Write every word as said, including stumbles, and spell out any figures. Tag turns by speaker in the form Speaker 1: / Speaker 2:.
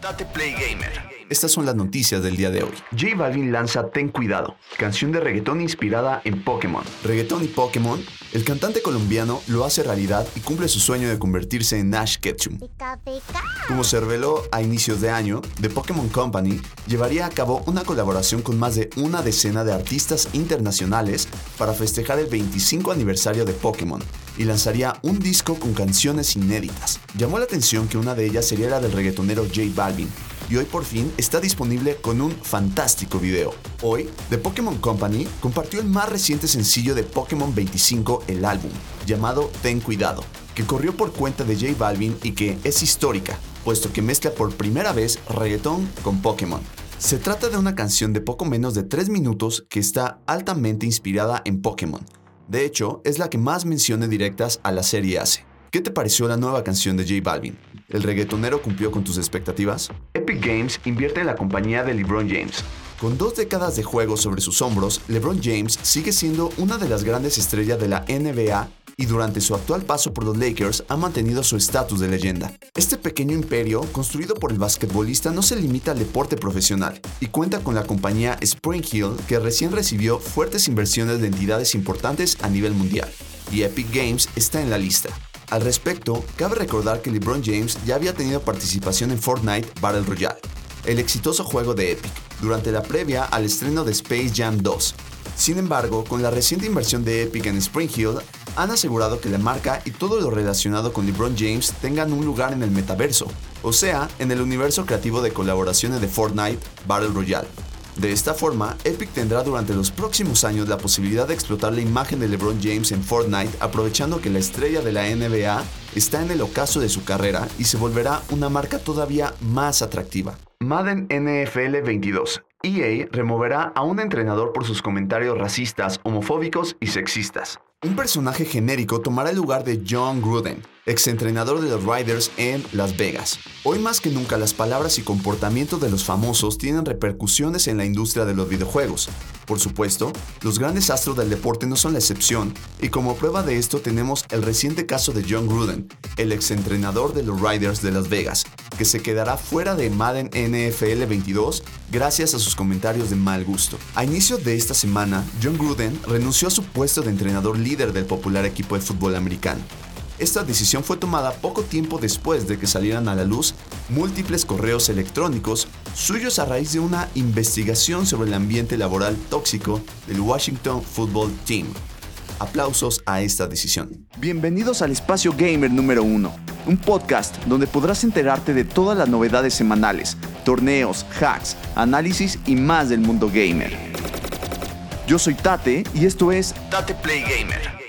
Speaker 1: Date Play Gamer.
Speaker 2: Estas son las noticias del día de hoy.
Speaker 3: J Balvin lanza Ten Cuidado, canción de reggaetón inspirada en Pokémon.
Speaker 2: Reggaetón y Pokémon. El cantante colombiano lo hace realidad y cumple su sueño de convertirse en Ash Ketchum. Como se reveló a inicios de año, The Pokémon Company llevaría a cabo una colaboración con más de una decena de artistas internacionales para festejar el veinticinco aniversario de Pokémon y lanzaría un disco con canciones inéditas. Llamó la atención que una de ellas sería la del reggaetonero J Balvin, y hoy por fin está disponible con un fantástico video. Hoy, The Pokémon Company compartió el más reciente sencillo de Pokémon veinticinco, el álbum, llamado Ten Cuidado, que corrió por cuenta de J Balvin y que es histórica, puesto que mezcla por primera vez reggaetón con Pokémon. Se trata de una canción de poco menos de tres minutos que está altamente inspirada en Pokémon. De hecho, es la que más menciones directas a la serie hace. ¿Qué te pareció la nueva canción de J Balvin? ¿El reggaetonero cumplió con tus expectativas?
Speaker 3: Epic Games invierte en la compañía de LeBron James.
Speaker 2: Con dos décadas de juego sobre sus hombros, LeBron James sigue siendo una de las grandes estrellas de la N B A y durante su actual paso por los Lakers ha mantenido su estatus de leyenda. Este pequeño imperio, construido por el basquetbolista, no se limita al deporte profesional y cuenta con la compañía Spring Hill, que recién recibió fuertes inversiones de entidades importantes a nivel mundial, y Epic Games está en la lista. Al respecto, cabe recordar que LeBron James ya había tenido participación en Fortnite Battle Royale, el exitoso juego de Epic, durante la previa al estreno de Space Jam dos. Sin embargo, con la reciente inversión de Epic en Spring Hill, han asegurado que la marca y todo lo relacionado con LeBron James tengan un lugar en el metaverso, o sea, en el universo creativo de colaboraciones de Fortnite Battle Royale. De esta forma, Epic tendrá durante los próximos años la posibilidad de explotar la imagen de LeBron James en Fortnite, aprovechando que la estrella de la N B A está en el ocaso de su carrera y se volverá una marca todavía más atractiva.
Speaker 3: Madden N F L veintidós. E A removerá a un entrenador por sus comentarios racistas, homofóbicos y sexistas.
Speaker 2: Un personaje genérico tomará el lugar de Jon Gruden, exentrenador de los Raiders en Las Vegas. Hoy más que nunca las palabras y comportamientos de los famosos tienen repercusiones en la industria de los videojuegos. Por supuesto, los grandes astros del deporte no son la excepción, y como prueba de esto tenemos el reciente caso de Jon Gruden, el exentrenador de los Raiders de Las Vegas, que se quedará fuera de Madden N F L veintidós gracias a sus comentarios de mal gusto. A inicios de esta semana, Jon Gruden renunció a su puesto de entrenador líder del popular equipo de fútbol americano. Esta decisión fue tomada poco tiempo después de que salieran a la luz múltiples correos electrónicos suyos a raíz de una investigación sobre el ambiente laboral tóxico del Washington Football Team. Aplausos a esta decisión.
Speaker 3: Bienvenidos al Espacio Gamer número uno, un podcast donde podrás enterarte de todas las novedades semanales, torneos, hacks, análisis y más del mundo gamer. Yo soy Tate y esto es
Speaker 1: Date Play Gamer.